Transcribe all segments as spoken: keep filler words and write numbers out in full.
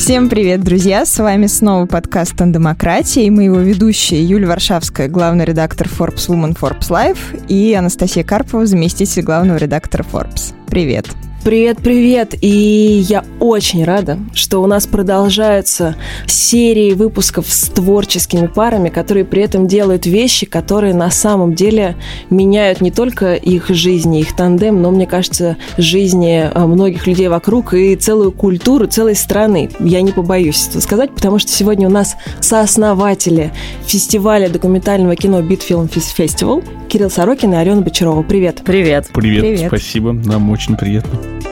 Всем привет, друзья! С вами снова подкаст «Тандемократия», и мы его ведущие Юлия Варшавская, главный редактор Forbes Woman Forbes Life, и Анастасия Карпова, заместитель главного редактора Forbes. Привет! Привет, привет! И я очень рада, что у нас продолжаются серии выпусков с творческими парами, которые при этом делают вещи, которые на самом деле меняют не только их жизни, их тандем, но, мне кажется, жизни многих людей вокруг и целую культуру целой страны. Я не побоюсь это сказать, потому что сегодня у нас сооснователи фестиваля документального кино Beat Film Festival Кирилл Сорокин и Алена Бочарова. Привет! Привет! Привет! Привет. Спасибо, нам очень приятно.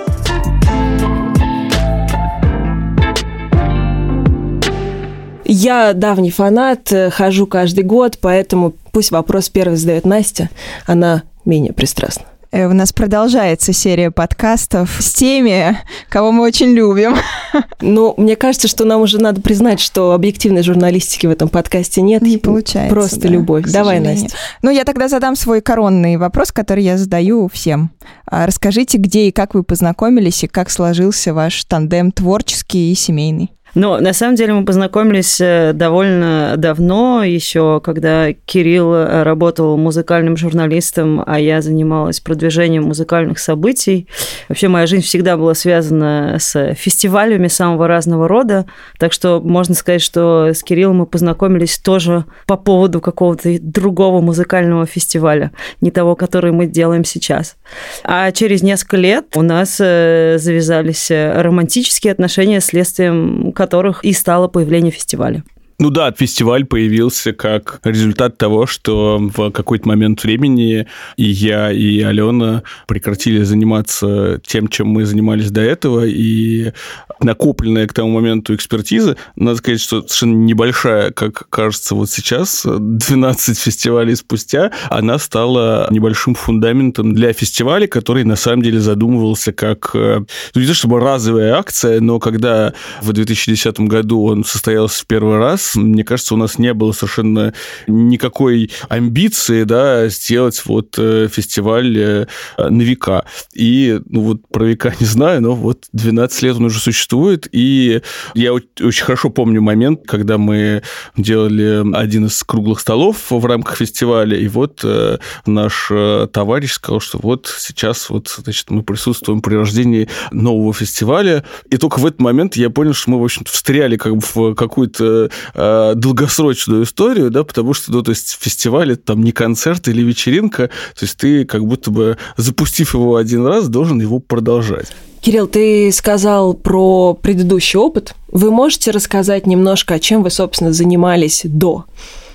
Я давний фанат, хожу каждый год, поэтому пусть вопрос первый задает Настя, она менее пристрастна. У нас продолжается серия подкастов с теми, кого мы очень любим. Ну, мне кажется, что нам уже надо признать, что объективной журналистики в этом подкасте нет. Не получается. Просто да, любовь. Давай, Настя. Ну, я тогда задам свой коронный вопрос, который я задаю всем. Расскажите, где и как вы познакомились, и как сложился ваш тандем творческий и семейный? Ну, на самом деле мы познакомились довольно давно, еще когда Кирилл работал музыкальным журналистом, а я занималась продвижением музыкальных событий. Вообще моя жизнь всегда была связана с фестивалями самого разного рода, так что можно сказать, что с Кириллом мы познакомились тоже по поводу какого-то другого музыкального фестиваля, не того, который мы делаем сейчас. А через несколько лет у нас завязались романтические отношения следствием которых и стало появление фестиваля. Ну да, фестиваль появился как результат того, что в какой-то момент времени и я, и Алена прекратили заниматься тем, чем мы занимались до этого, и накопленная к тому моменту экспертиза, надо сказать, что совершенно небольшая, как кажется вот сейчас, двенадцать фестивалей спустя, она стала небольшим фундаментом для фестиваля, который на самом деле задумывался как, ну не то чтобы разовая акция, но когда в две тысячи десятом году он состоялся в первый раз, мне кажется, у нас не было совершенно никакой амбиции, да, сделать вот фестиваль на века. И, ну вот про века не знаю, но вот двенадцать лет он уже существует, и я очень хорошо помню момент, когда мы делали один из круглых столов в рамках фестиваля, и вот наш товарищ сказал, что вот сейчас вот, значит, мы присутствуем при рождении нового фестиваля, и только в этот момент я понял, что мы, в общем-то, встряли как бы в какую-то долгосрочную историю, да, потому что, ну, то есть фестиваль – это там не концерт или вечеринка, то есть ты как будто бы, запустив его один раз, должен его продолжать. Кирилл, ты сказал про предыдущий опыт. Вы можете рассказать немножко, чем вы, собственно, занимались до?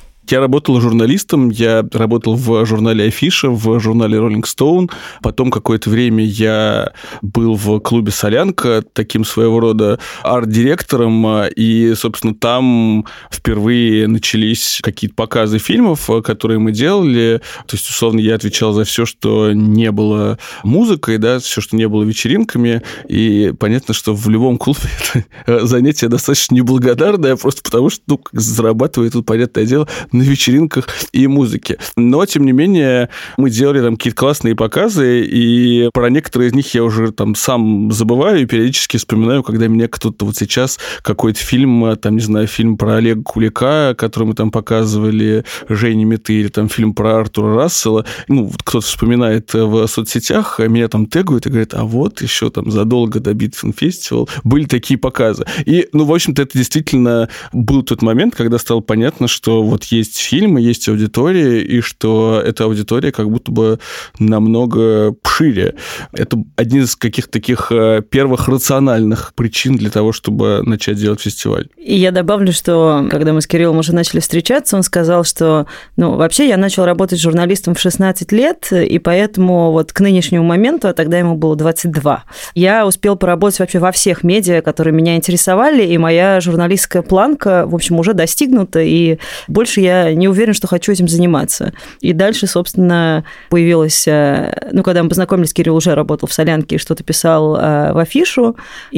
Я работал журналистом, я работал в журнале Афиша, в журнале Rolling Stone. Потом какое-то время я был в клубе «Солянка», таким своего рода арт-директором, и, собственно, там впервые начались какие-то показы фильмов, которые мы делали. То есть, условно, я отвечал за все, что не было музыкой, да, все, что не было вечеринками, и понятно, что в любом клубе это занятие достаточно неблагодарное, просто потому что, ну, зарабатывает тут, понятное дело, на вечеринках и музыке. Но, тем не менее, мы делали там какие-то классные показы, и про некоторые из них я уже там сам забываю и периодически вспоминаю, когда меня кто-то вот сейчас какой-то фильм, там, не знаю, фильм про Олега Кулика, который мы там показывали, Жени Меты, или там фильм про Артура Рассела, ну, вот кто-то вспоминает в соцсетях, меня там тегают и говорят, а вот еще там задолго до Beat Film Festival были такие показы. И, ну, в общем-то, это действительно был тот момент, когда стало понятно, что вот есть фильмы, есть аудитория, и что эта аудитория как будто бы намного шире. Это один из каких-то таких первых рациональных причин для того, чтобы начать делать фестиваль. И я добавлю, что когда мы с Кириллом уже начали встречаться, он сказал, что, ну, вообще я начал работать журналистом в шестнадцать лет, и поэтому вот к нынешнему моменту, а тогда ему было двадцать два, я успел поработать вообще во всех медиа, которые меня интересовали, и моя журналистская планка, в общем, уже достигнута, и больше я я не уверен, что хочу этим заниматься. И дальше, собственно, появилась... Ну, когда мы познакомились, Кирилл уже работал в «Солянке» и что-то писал в афишу,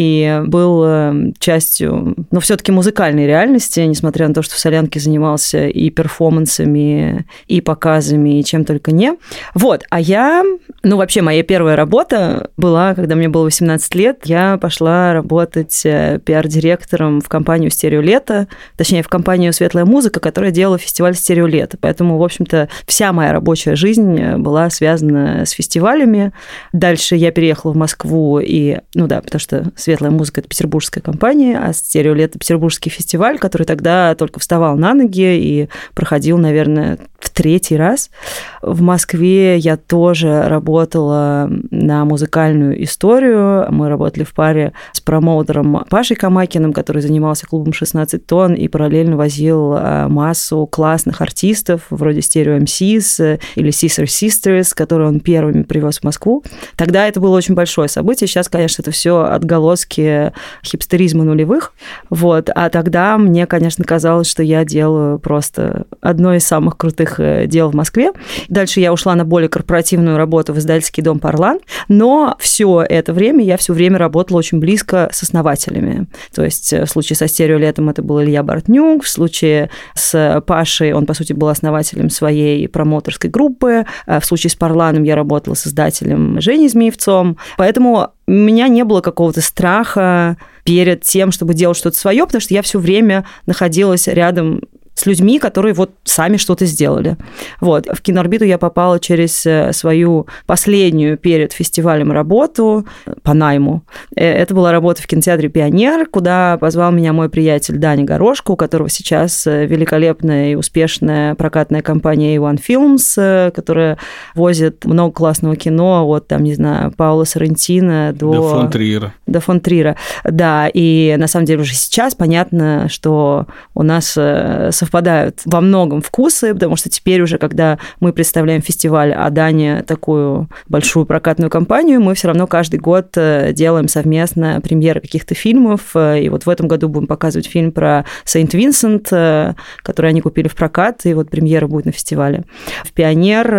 и был частью, ну, все-таки музыкальной реальности, несмотря на то, что в «Солянке» занимался и перформансами, и показами, и чем только не. Вот, а я... Ну, вообще, моя первая работа была, когда мне было восемнадцать лет, я пошла работать пиар-директором в компанию «Стереолето», точнее, в компанию «Светлая музыка», которая делала фестиваль «Стереолето». Поэтому, в общем-то, вся моя рабочая жизнь была связана с фестивалями. Дальше я переехала в Москву, и, ну да, потому что «Светлая музыка» — это петербургская компания, а «Стереолето» — петербургский фестиваль, который тогда только вставал на ноги и проходил, наверное, в третий раз. В Москве я тоже работала на музыкальную историю. Мы работали в паре с промоутером Пашей Камакиным, который занимался клубом шестнадцать тонн и параллельно возил массу классных артистов, вроде Stereo эм сис или Sister Sisters, которые он первыми привез в Москву. Тогда это было очень большое событие. Сейчас, конечно, это все отголоски хипстеризма нулевых. Вот. А тогда мне, конечно, казалось, что я делаю просто одно из самых крутых дел в Москве. Дальше я ушла на более корпоративную работу в издательский дом «Парлан», но все это время я все время работала очень близко с основателями. То есть в случае со «Стереолетом» это был Илья Бортнюк, в случае с Пашей он, по сути, был основателем своей промоутерской группы, в случае с «Парланом» я работала с издателем Женей Змеевцом, поэтому у меня не было какого-то страха перед тем, чтобы делать что-то свое, потому что я все время находилась рядом с людьми, которые вот сами что-то сделали. Вот. В киноорбиту я попала через свою последнюю перед фестивалем работу по найму. Это была работа в кинотеатре «Пионер», куда позвал меня мой приятель Даня Горошко, у которого сейчас великолепная и успешная прокатная компания эй уан Films, которая возит много классного кино от, там, не знаю, Паула Соррентино до... До фон Триера. До фон Триера, да. И на самом деле уже сейчас понятно, что у нас совпадают во многом вкусы, потому что теперь уже, когда мы представляем фестиваль, а Даня такую большую прокатную компанию, мы все равно каждый год делаем совместно премьеры каких-то фильмов. И вот в этом году будем показывать фильм про Сент-Винсент, который они купили в прокат, и вот премьера будет на фестивале. В «Пионер»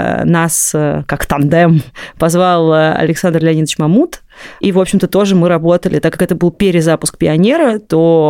нас, как тандем, позвал Александр Леонидович Мамут. И, в общем-то, тоже мы работали, так как это был перезапуск «Пионера»,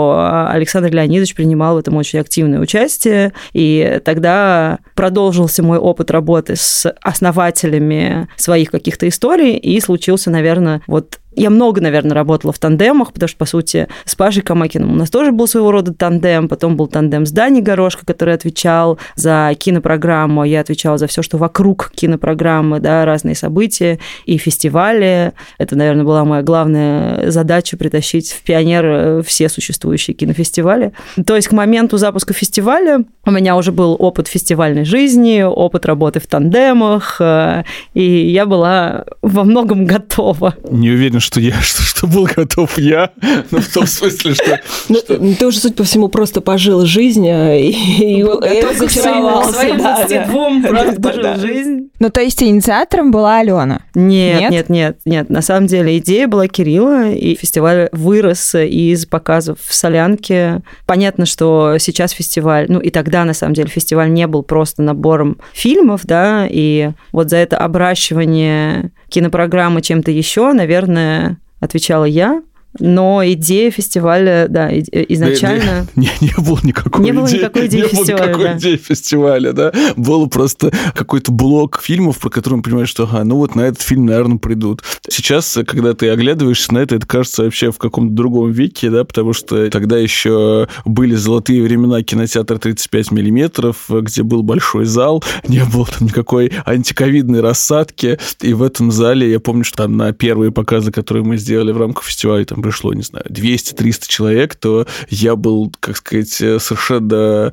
то Александр Леонидович принимал в этом очень активное участие, и тогда продолжился мой опыт работы с основателями своих каких-то историй, и случился, наверное, вот... Я много, наверное, работала в тандемах, потому что, по сути, с Пашей Камакиным у нас тоже был своего рода тандем, потом был тандем с Даней Горошко, который отвечал за кинопрограмму, я отвечала за все, что вокруг кинопрограммы, да, разные события и фестивали. Это, наверное, была моя главная задача — притащить в «Пионер» все существующие кинофестивали. То есть к моменту запуска фестиваля у меня уже был опыт фестивальной жизни, опыт работы в тандемах, и я была во многом готова. Не уверен, что я, что, что был готов я, но в том смысле, что... что... Ты уже, судя по всему, просто пожил жизнь и, и разочаровался. Своим двадцати двум просто пожил жизнь. Ну, то есть инициатором была Алена? Нет, нет, нет, нет, нет. На самом деле идея была Кирилла, и фестиваль вырос из показов в «Солянке». Понятно, что сейчас фестиваль, ну и тогда, на самом деле, фестиваль не был просто набором фильмов, да, и вот за это обращивание кинопрограммы чем-то еще, наверное, отвечала я. Но идея фестиваля, да, изначально... Не, не, не было никакой не идеи. Было никакой идеи не фестиваля, было никакой да. идеи фестиваля, да. Был просто какой-то блок фильмов, про которые мы понимаем, что, ага, ну вот на этот фильм, наверное, придут. Сейчас, когда ты оглядываешься на это, это кажется вообще в каком-то другом веке, да, потому что тогда еще были золотые времена кинотеатра тридцать пять миллиметров, где был большой зал, не было там никакой антиковидной рассадки, и в этом зале, я помню, что там на первые показы, которые мы сделали в рамках фестиваля, там пришло, не знаю, двести-триста человек, то я был, как сказать, совершенно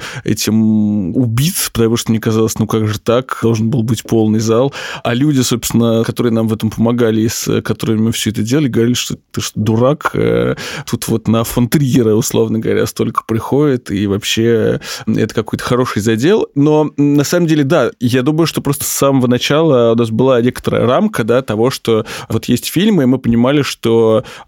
этим убит, потому что мне казалось, ну как же так, должен был быть полный зал. А люди, собственно, которые нам в этом помогали, и с которыми мы все это делали, говорили, что ты что, дурак, тут вот на фон Триера, условно говоря, столько приходит, и вообще это какой-то хороший задел. Но на самом деле, да, я думаю, что просто с самого начала у нас была некоторая рамка, да, того, что вот есть фильмы, и мы понимали, что этих фильмов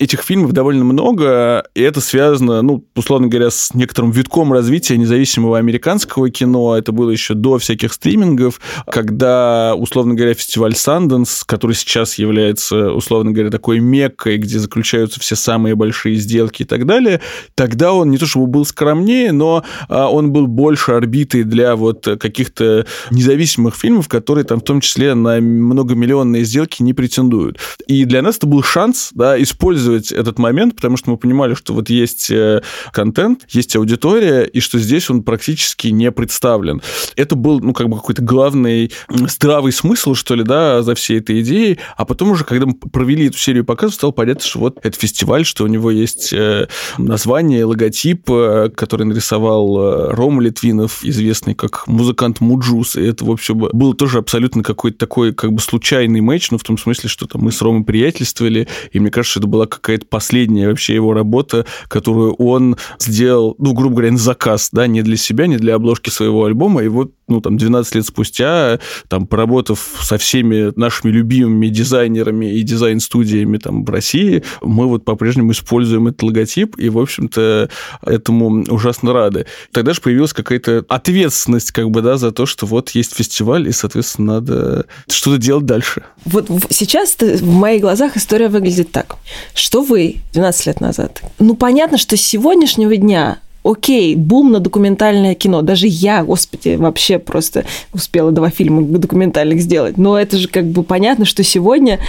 фильмов довольно много, и это связано, ну, условно говоря, с некоторым витком развития независимого американского кино. Это было еще до всяких стримингов, когда, условно говоря, фестиваль Sundance, который сейчас является, условно говоря, такой меккой, где заключаются все самые большие сделки и так далее, тогда он не то чтобы был скромнее, но он был больше орбитой для вот каких-то независимых фильмов, которые там в том числе на многомиллионные сделки не претендуют. И для нас это был шанс, да, использовать этот момент, потому что мы понимали, что вот есть контент, есть аудитория, и что здесь он практически не представлен. Это был, ну, как бы какой-то главный здравый смысл, что ли, да, за всей этой идеей. А потом уже, когда мы провели эту серию показов, стало понятно, что вот это фестиваль, что у него есть название, логотип, который нарисовал Рома Литвинов, известный как музыкант Муджус. И это, в общем, был тоже абсолютно какой-то такой как бы случайный матч, ну, в том смысле, что там мы с Ромой приятельствовали, и мне кажется, что это была какая-то последняя вообще его работа, которую он сделал, ну, грубо говоря, на заказ, да, не для себя, не для обложки своего альбома, и вот, ну, там, двенадцать лет спустя, там, поработав со всеми нашими любимыми дизайнерами и дизайн-студиями там в России, мы вот по-прежнему используем этот логотип, и, в общем-то, этому ужасно рады. Тогда же появилась какая-то ответственность, как бы, да, за то, что вот есть фестиваль, и, соответственно, надо что-то делать дальше. Вот сейчас в моих глазах история выглядит так, что вы двенадцать лет назад. Ну, понятно, что с сегодняшнего дня окей, бум на документальное кино. Даже я, господи, вообще просто успела два фильма документальных сделать. Но это же как бы понятно, что сегодня э,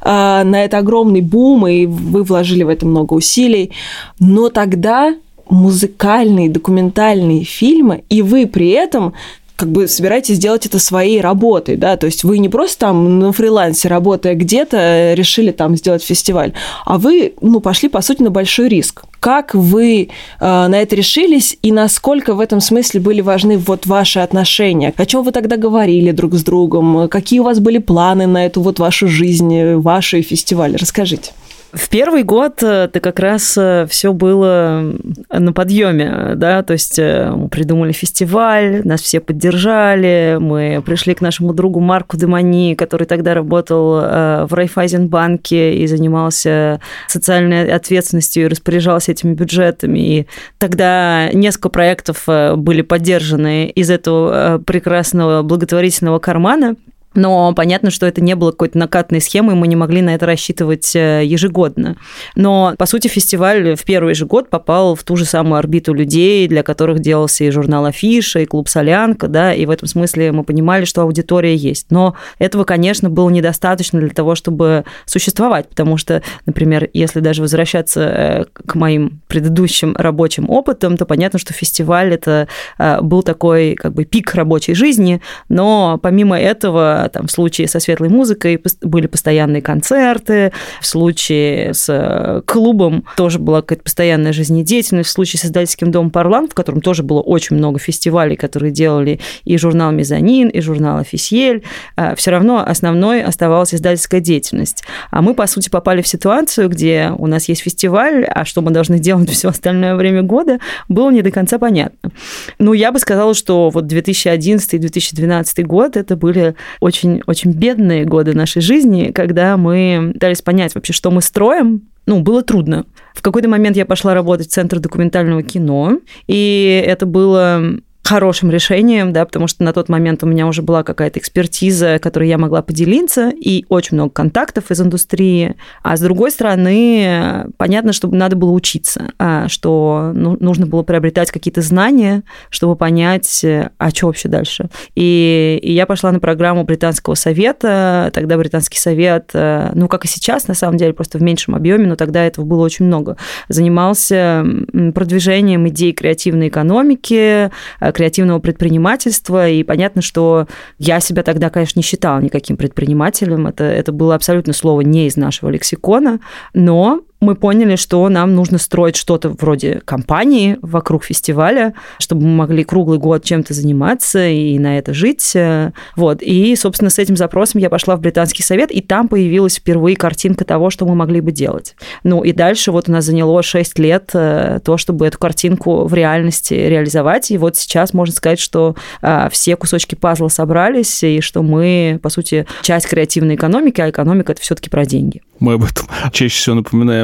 на это огромный бум, и вы вложили в это много усилий. Но тогда музыкальные, документальные фильмы, и вы при этом как бы собираетесь делать это своей работой, да, то есть вы не просто там на фрилансе, работая где-то, решили там сделать фестиваль, а вы, ну, пошли, по сути, на большой риск. Как вы э, на это решились, и насколько в этом смысле были важны вот ваши отношения? О чем вы тогда говорили друг с другом? Какие у вас были планы на эту вот вашу жизнь, ваши фестивали? Расскажите. В первый год это как раз все было на подъеме, да, то есть мы придумали фестиваль, нас все поддержали, мы пришли к нашему другу Марку Демани, который тогда работал в Райффайзенбанке и занимался социальной ответственностью и распоряжался этими бюджетами. И тогда несколько проектов были поддержаны из этого прекрасного благотворительного кармана. Но понятно, что это не было какой-то накатной схемой, мы не могли на это рассчитывать ежегодно. Но, по сути, фестиваль в первый же год попал в ту же самую орбиту людей, для которых делался и журнал «Афиша», и клуб «Солянка», да, и в этом смысле мы понимали, что аудитория есть. Но этого, конечно, было недостаточно для того, чтобы существовать, потому что, например, если даже возвращаться к моим предыдущим рабочим опытам, то понятно, что фестиваль – это был такой как бы пик рабочей жизни, но помимо этого там, в случае со светлой музыкой были постоянные концерты, в случае с клубом тоже была какая-то постоянная жизнедеятельность, в случае с издательским домом «Парлан», в котором тоже было очень много фестивалей, которые делали и журнал «Мезонин», и журнал «Официель», все равно основной оставалась издательская деятельность. А мы, по сути, попали в ситуацию, где у нас есть фестиваль, а что мы должны делать все остальное время года, было не до конца понятно. Ну, я бы сказала, что вот две тысячи одиннадцатый - две тысячи двенадцатый год это были очень-очень бедные годы нашей жизни, когда мы пытались понять вообще, что мы строим. Ну, было трудно. В какой-то момент я пошла работать в Центр документального кино, и это было хорошим решением, да, потому что на тот момент у меня уже была какая-то экспертиза, которой я могла поделиться, и очень много контактов из индустрии. А с другой стороны, понятно, что надо было учиться, что нужно было приобретать какие-то знания, чтобы понять, а что вообще дальше. И, и я пошла на программу Британского совета. Тогда Британский совет, ну, как и сейчас, на самом деле, просто в меньшем объеме, но тогда этого было очень много, занимался продвижением идей креативной экономики, креативного предпринимательства, и понятно, что я себя тогда, конечно, не считала никаким предпринимателем, это, это было абсолютно слово не из нашего лексикона, но мы поняли, что нам нужно строить что-то вроде компании вокруг фестиваля, чтобы мы могли круглый год чем-то заниматься и на это жить. Вот. И, собственно, с этим запросом я пошла в Британский совет, и там появилась впервые картинка того, что мы могли бы делать. Ну и дальше вот у нас заняло шесть лет то, чтобы эту картинку в реальности реализовать. И вот сейчас можно сказать, что все кусочки пазла собрались, и что мы, по сути, часть креативной экономики, а экономика – это все-таки про деньги. Мы об этом чаще всего напоминаем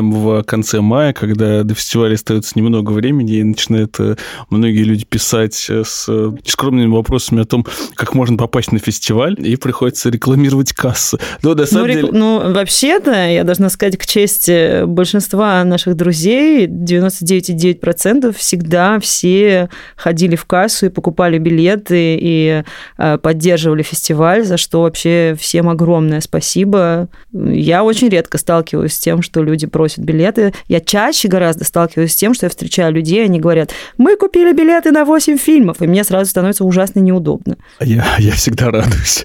начинаем в конце мая, когда до фестиваля остается немного времени, и начинают многие люди писать с скромными вопросами о том, как можно попасть на фестиваль, и приходится рекламировать кассы. Но, на самом ну, деле... рек... ну, вообще-то, я должна сказать, к чести большинства наших друзей, девяносто девять целых девять десятых процента всегда все ходили в кассу и покупали билеты, и поддерживали фестиваль, за что вообще всем огромное спасибо. Я очень редко сталкиваюсь с тем, что люди просят билеты. Я чаще гораздо сталкиваюсь с тем, что я встречаю людей, они говорят, мы купили билеты на восемь фильмов, и мне сразу становится ужасно неудобно. Я, я всегда радуюсь.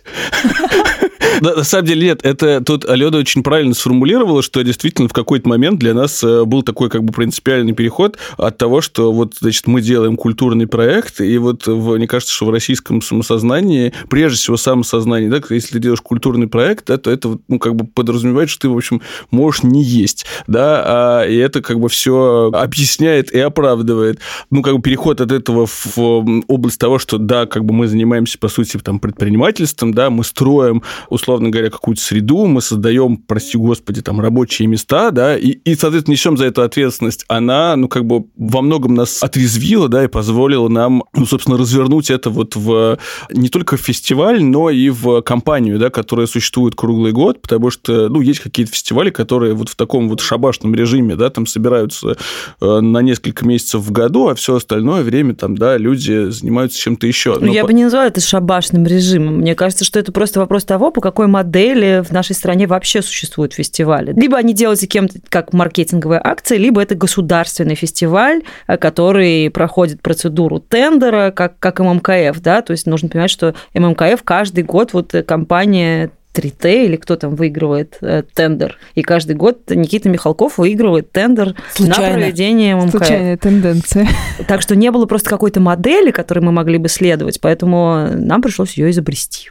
На самом деле нет, это тут Алена очень правильно сформулировала, что действительно в какой-то момент для нас был такой как бы принципиальный переход от того, что вот, значит, мы делаем культурный проект, и вот в, мне кажется, что в российском самосознании, прежде всего самосознании, да, если ты делаешь культурный проект, да, то это ну, как бы подразумевает, что ты, в общем, можешь не есть, да, а, и это как бы все объясняет и оправдывает. Ну, как бы переход от этого в область того, что, да, как бы мы занимаемся, по сути, там, предпринимательством, да, мы строим, условно говоря, какую-то среду, мы создаем, прости господи, там, рабочие места, да, и, и, соответственно, несем за это ответственность. Она, ну, как бы во многом нас отрезвила, да, и позволила нам, ну, собственно, развернуть это вот в не только в фестиваль, но и в компанию, да, которая существует круглый год, потому что, ну, есть какие-то фестивали, которые вот в таком вот шабашном режиме, да, там собираются э, на несколько месяцев в году, а все остальное время там, да, люди занимаются чем-то еще. Но Я по... бы не назвала это шабашным режимом. Мне кажется, что это просто вопрос того, по какой модели в нашей стране вообще существуют фестивали. Либо они делаются кем-то как маркетинговая акция, либо это государственный фестиваль, который проходит процедуру тендера, как, как эм эм ка эф, да, то есть нужно понимать, что эм эм ка эф каждый год, вот компания три тэ или кто там выигрывает э, тендер. И каждый год Никита Михалков выигрывает тендер Случайно. на проведение эм эм ка эф. Случайная тенденция. Так что не было просто какой-то модели, которой мы могли бы следовать, поэтому нам пришлось ее изобрести.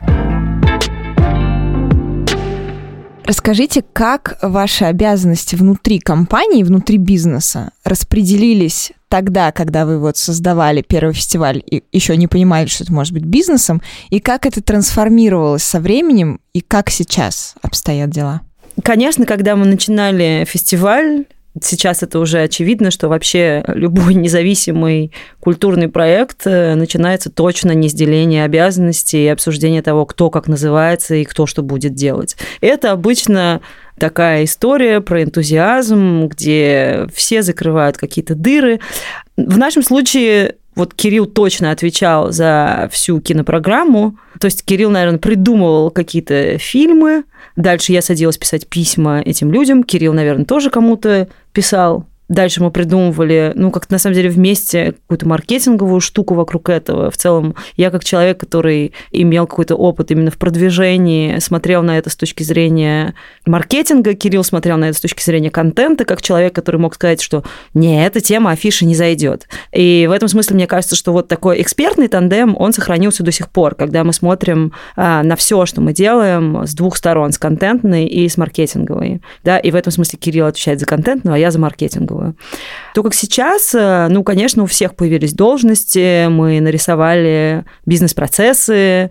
Расскажите, как ваши обязанности внутри компании, внутри бизнеса распределились тогда, когда вы вот создавали первый фестиваль и еще не понимали, что это может быть бизнесом, и как это трансформировалось со временем, и как сейчас обстоят дела? Конечно, когда мы начинали фестиваль, сейчас это уже очевидно, что вообще любой независимый культурный проект начинается точно не с деления обязанностей и обсуждения того, кто как называется и кто что будет делать. Это обычно такая история про энтузиазм, где все закрывают какие-то дыры. В нашем случае вот Кирилл точно отвечал за всю кинопрограмму. То есть Кирилл, наверное, придумывал какие-то фильмы. Дальше я садилась писать письма этим людям. Кирилл, наверное, тоже кому-то писал. Дальше мы придумывали, ну, как-то на самом деле вместе какую-то маркетинговую штуку вокруг этого. В целом, я как человек, который имел какой-то опыт именно в продвижении, смотрел на это с точки зрения маркетинга, Кирилл смотрел на это с точки зрения контента, как человек, который мог сказать, что не, эта тема афиши не зайдет. И в этом смысле, мне кажется, что вот такой экспертный тандем, он сохранился до сих пор, когда мы смотрим а, на все, что мы делаем с двух сторон, с контентной и с маркетинговой. Да? И в этом смысле Кирилл отвечает за контентную, а я за маркетинговую. То, как сейчас, ну, конечно, у всех появились должности, мы нарисовали бизнес-процессы,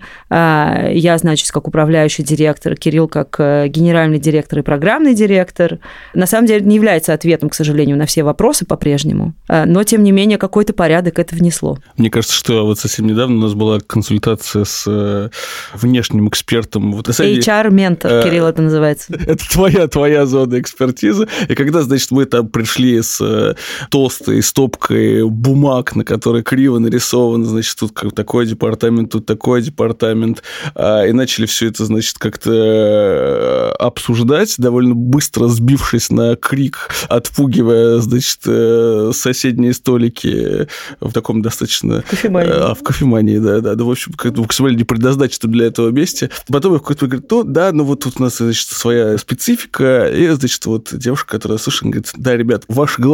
я, значит, как управляющий директор, Кирилл как генеральный директор и программный директор. На самом деле, это не является ответом, к сожалению, на все вопросы по-прежнему, но, тем не менее, какой-то порядок это внесло. Мне кажется, что вот совсем недавно у нас была консультация с внешним экспертом. Вот, эйч ар-ментор, а, Кирилл, это называется. Это твоя, твоя зона экспертизы. И когда, значит, мы там пришли с толстой стопкой бумаг, на которой криво нарисовано, значит, тут такой департамент, тут такой департамент, и начали все это, значит, как-то обсуждать, довольно быстро сбившись на крик, отпугивая, значит, соседние столики в таком достаточно... Кофемании. А, в кофемании, да, да, да, в общем, как-то максимально не предназначено для этого месте. Потом я в какой-то момент говорю, ну, да, ну, вот тут у нас, значит, своя специфика, и, значит, вот девушка, которая слушает, говорит, да, ребят, ваша главная специфика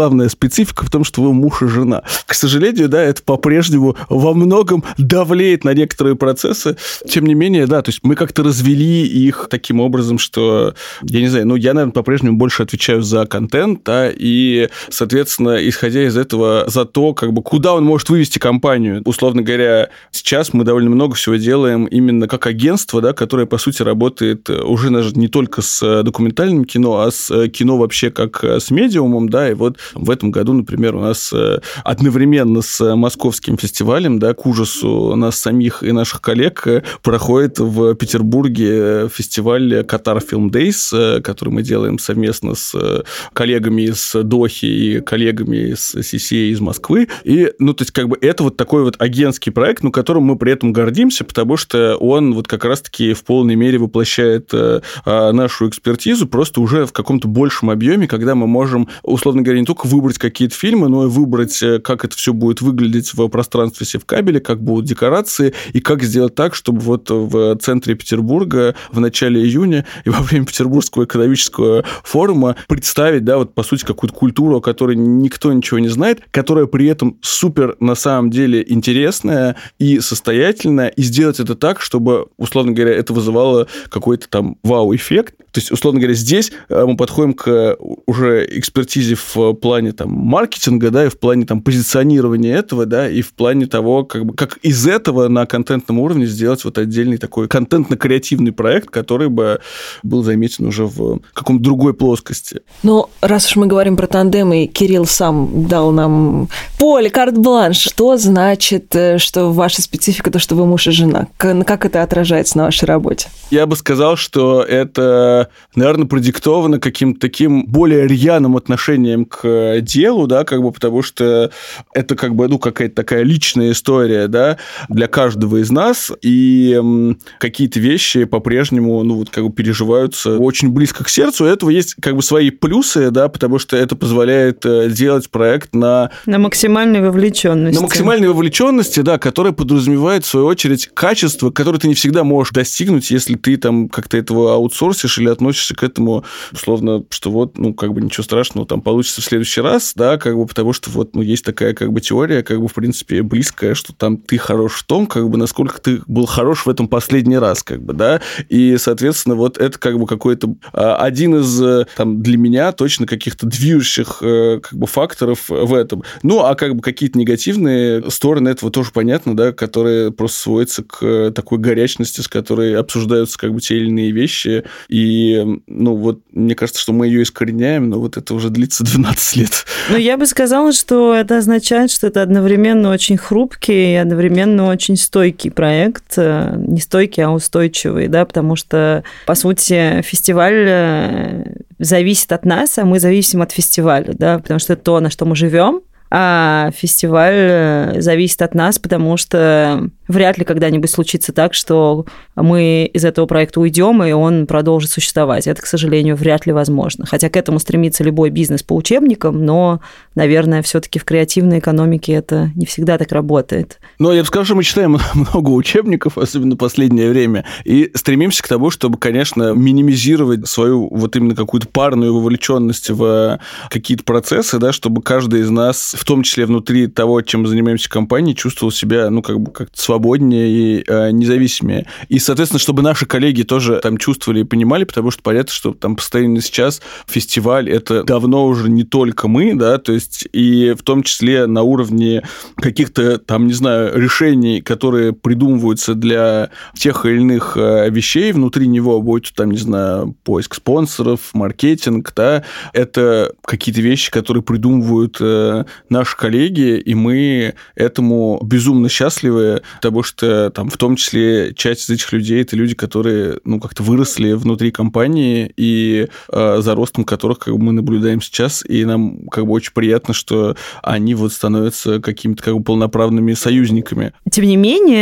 специфика в том, что вы муж и жена. К сожалению, да, это по-прежнему во многом давлеет на некоторые процессы. Тем не менее, да, то есть мы как-то развели их таким образом, что, я не знаю, ну, я, наверное, по-прежнему больше отвечаю за контент, да, и, соответственно, исходя из этого, за то, как бы, куда он может вывести компанию. Условно говоря, сейчас мы довольно много всего делаем именно как агентство, да, которое, по сути, работает уже даже не только с документальным кино, а с кино вообще как с медиумом, да, и вот в этом году, например, у нас одновременно с московским фестивалем, да, к ужасу нас самих и наших коллег, проходит в Петербурге фестиваль Qatar Film Days, который мы делаем совместно с коллегами из Дохи и коллегами из си си эй из Москвы. И, ну, то есть, как бы это вот такой вот агентский проект, ну, которым мы при этом гордимся, потому что он вот как раз-таки в полной мере воплощает а, нашу экспертизу просто уже в каком-то большем объеме, когда мы можем, условно говоря, не только выбрать какие-то фильмы, но и выбрать, как это все будет выглядеть в пространстве севкабеля, как будут декорации, и как сделать так, чтобы вот в центре Петербурга в начале июня и во время Петербургского экономического форума представить, да, вот по сути какую-то культуру, о которой никто ничего не знает, которая при этом супер на самом деле интересная и состоятельная, и сделать это так, чтобы, условно говоря, это вызывало какой-то там вау-эффект. То есть, условно говоря, здесь мы подходим к уже экспертизе в плане там маркетинга, да, и в плане там позиционирования этого, да, и в плане того, как бы, как из этого на контентном уровне сделать вот отдельный такой контентно-креативный проект, который бы был заметен уже в каком-то другой плоскости. Но раз уж мы говорим про тандем, и Кирилл сам дал нам поле, карт-бланш, что значит, что ваша специфика, то, что вы муж и жена? Как это отражается на вашей работе? Я бы сказал, что это, наверное, продиктовано каким-то таким более рьяным отношением к делу, да, как бы, потому что это как бы, ну, какая-то такая личная история, да, для каждого из нас, и м, какие-то вещи по-прежнему, ну, вот как бы переживаются очень близко к сердцу. У этого есть как бы свои плюсы, да, потому что это позволяет делать проект на... На максимальной вовлеченности. На максимальной вовлеченности, да, которая подразумевает, в свою очередь, качество, которое ты не всегда можешь достигнуть, если ты там как-то этого аутсорсишь или относишься к этому, условно, что вот, ну, как бы ничего страшного там получится в следующий раз, да, как бы, потому что вот, ну, есть такая как бы теория, как бы, в принципе, близкая, что там ты хорош в том, как бы, насколько ты был хорош в этом последний раз, как бы, да, и, соответственно, вот это как бы какой-то один из, там, для меня точно каких-то движущих как бы факторов в этом. Ну, а как бы какие-то негативные стороны этого тоже понятно, да, которые просто сводятся к такой горячности, с которой обсуждаются как бы те или иные вещи, и, ну, вот, мне кажется, что мы ее искореняем, но вот это уже длится двенадцать лет. Ну, я бы сказала, что это означает, что это одновременно очень хрупкий и одновременно очень стойкий проект. Не стойкий, а устойчивый, да, потому что, по сути, фестиваль зависит от нас, а мы зависим от фестиваля, да, потому что это то, на что мы живем, а фестиваль зависит от нас, потому что вряд ли когда-нибудь случится так, что мы из этого проекта уйдем, и он продолжит существовать. Это, к сожалению, вряд ли возможно. Хотя к этому стремится любой бизнес по учебникам, но, наверное, все-таки в креативной экономике это не всегда так работает. Но я бы сказал, что мы читаем много учебников, особенно в последнее время, и стремимся к тому, чтобы, конечно, минимизировать свою вот именно какую-то парную вовлеченность в какие-то процессы, да, чтобы каждый из нас, в том числе внутри того, чем мы занимаемся в компании, чувствовал себя, ну, как бы как-то свободнее и э, независимее. И, соответственно, чтобы наши коллеги тоже там чувствовали и понимали, потому что понятно, что там постоянно сейчас фестиваль — это давно уже не только мы, да, то есть и в том числе на уровне каких-то там, не знаю, решений, которые придумываются для тех или иных э, вещей внутри него, будь там, не знаю, поиск спонсоров, маркетинг, да, это какие-то вещи, которые придумывают э, наши коллеги, и мы этому безумно счастливы, потому что там в том числе часть из этих людей — это люди, которые, ну, как-то выросли внутри компании, и э, за ростом которых как бы мы наблюдаем сейчас, и нам как бы очень приятно, что они вот становятся какими-то как бы полноправными союзниками. Тем не менее,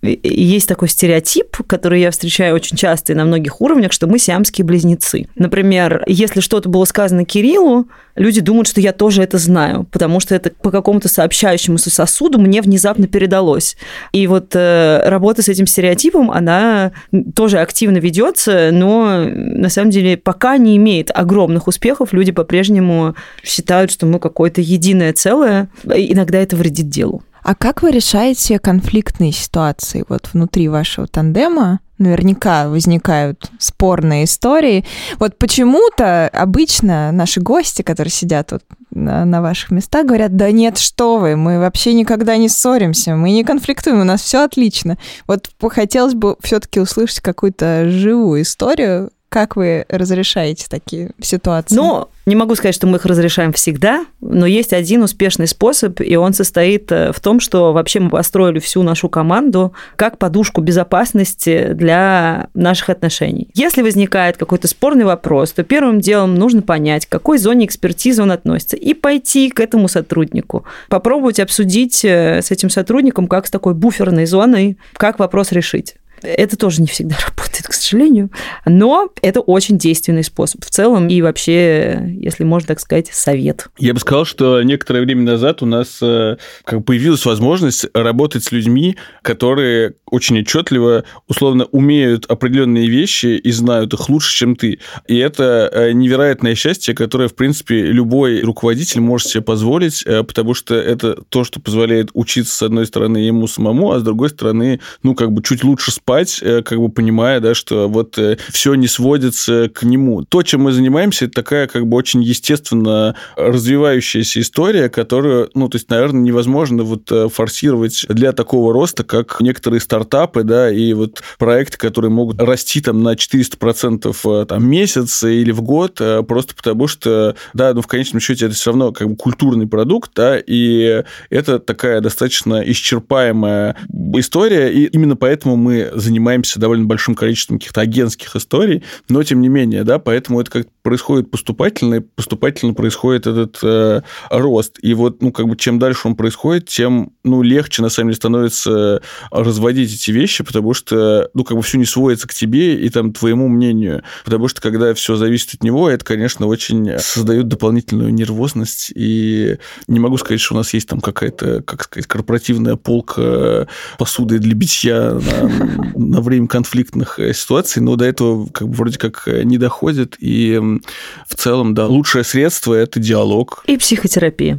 есть такой стереотип, который я встречаю очень часто и на многих уровнях, что мы сиамские близнецы. Например, если что-то было сказано Кириллу, люди думают, что я тоже это знаю, потому что это по какому-то сообщающемуся сосуду мне внезапно передалось. И вот э, работа с этим стереотипом, она тоже активно ведется, но на самом деле пока не имеет огромных успехов. Люди по-прежнему считают, что мы какое-то единое целое. Иногда это вредит делу. А как вы решаете конфликтные ситуации вот внутри вашего тандема? Наверняка возникают спорные истории. Вот почему-то обычно наши гости, которые сидят вот на, на ваших местах, говорят: да нет, что вы, мы вообще никогда не ссоримся, мы не конфликтуем, у нас все отлично. Вот хотелось бы все-таки услышать какую-то живую историю. Как вы разрешаете такие ситуации? Ну, не могу сказать, что мы их разрешаем всегда, но есть один успешный способ, и он состоит в том, что вообще мы построили всю нашу команду как подушку безопасности для наших отношений. Если возникает какой-то спорный вопрос, то первым делом нужно понять, к какой зоне экспертизы он относится, и пойти к этому сотруднику. Попробовать обсудить с этим сотрудником, как с такой буферной зоной, как вопрос решить. Это тоже не всегда работает, к сожалению, но это очень действенный способ в целом и вообще, если можно так сказать, совет. Я бы сказал, что некоторое время назад у нас как появилась возможность работать с людьми, которые очень отчетливо, условно, умеют определенные вещи и знают их лучше, чем ты. И это невероятное счастье, которое, в принципе, любой руководитель может себе позволить, потому что это то, что позволяет учиться, с одной стороны, ему самому, а с другой стороны, ну, как бы чуть лучше спать, как бы понимая, да, что вот все не сводится к нему. То, чем мы занимаемся, это такая как бы очень естественно развивающаяся история, которую, ну, то есть, наверное, невозможно вот форсировать для такого роста, как некоторые стартапы, да, и вот проекты, которые могут расти там на четыреста процентов там, месяц или в год, просто потому что, да, ну, в конечном счете это все равно как бы культурный продукт, да, и это такая достаточно исчерпаемая история, и именно поэтому мы занимаемся довольно большим количеством каких-то агентских историй, но тем не менее, да, поэтому это как-то происходит поступательно, и поступательно происходит этот э, рост. И вот, ну, как бы, чем дальше он происходит, тем, ну, легче, на самом деле, становится разводить эти вещи, потому что, ну, как бы, все не сводится к тебе и, там, твоему мнению. Потому что, когда все зависит от него, это, конечно, очень создает дополнительную нервозность. И не могу сказать, что у нас есть там какая-то, как сказать, корпоративная полка посуды для битья на, на время конфликтных ситуаций, но до этого, как бы, вроде как не доходит. И в целом, да, лучшее средство – это диалог. И психотерапия.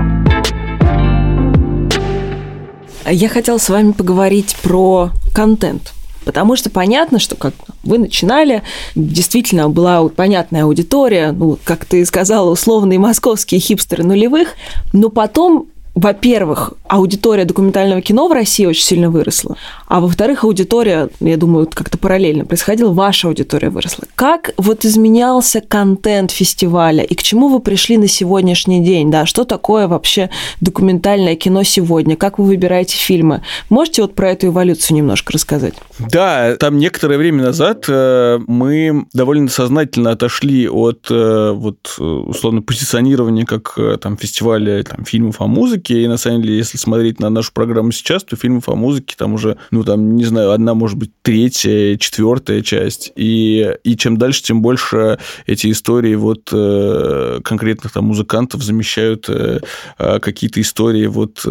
Я хотела с вами поговорить про контент. Потому что понятно, что как вы начинали, действительно была понятная аудитория, ну, как ты сказала, условные московские хипстеры нулевых, но потом, во-первых, аудитория документального кино в России очень сильно выросла, а во-вторых, аудитория, я думаю, как-то параллельно происходила, ваша аудитория выросла. Как вот изменялся контент фестиваля и к чему вы пришли на сегодняшний день? Да, что такое вообще документальное кино сегодня? Как вы выбираете фильмы? Можете вот про эту эволюцию немножко рассказать? Да, там некоторое время назад мы довольно сознательно отошли от вот, условно позиционирования как там фестиваля там, фильмов о музыке, и на самом деле, если смотреть на нашу программу сейчас, то фильмов о музыке там уже, ну, там, не знаю, одна, может быть, третья, четвертая часть. И, и чем дальше, тем больше эти истории вот конкретных там музыкантов замещают какие-то истории вот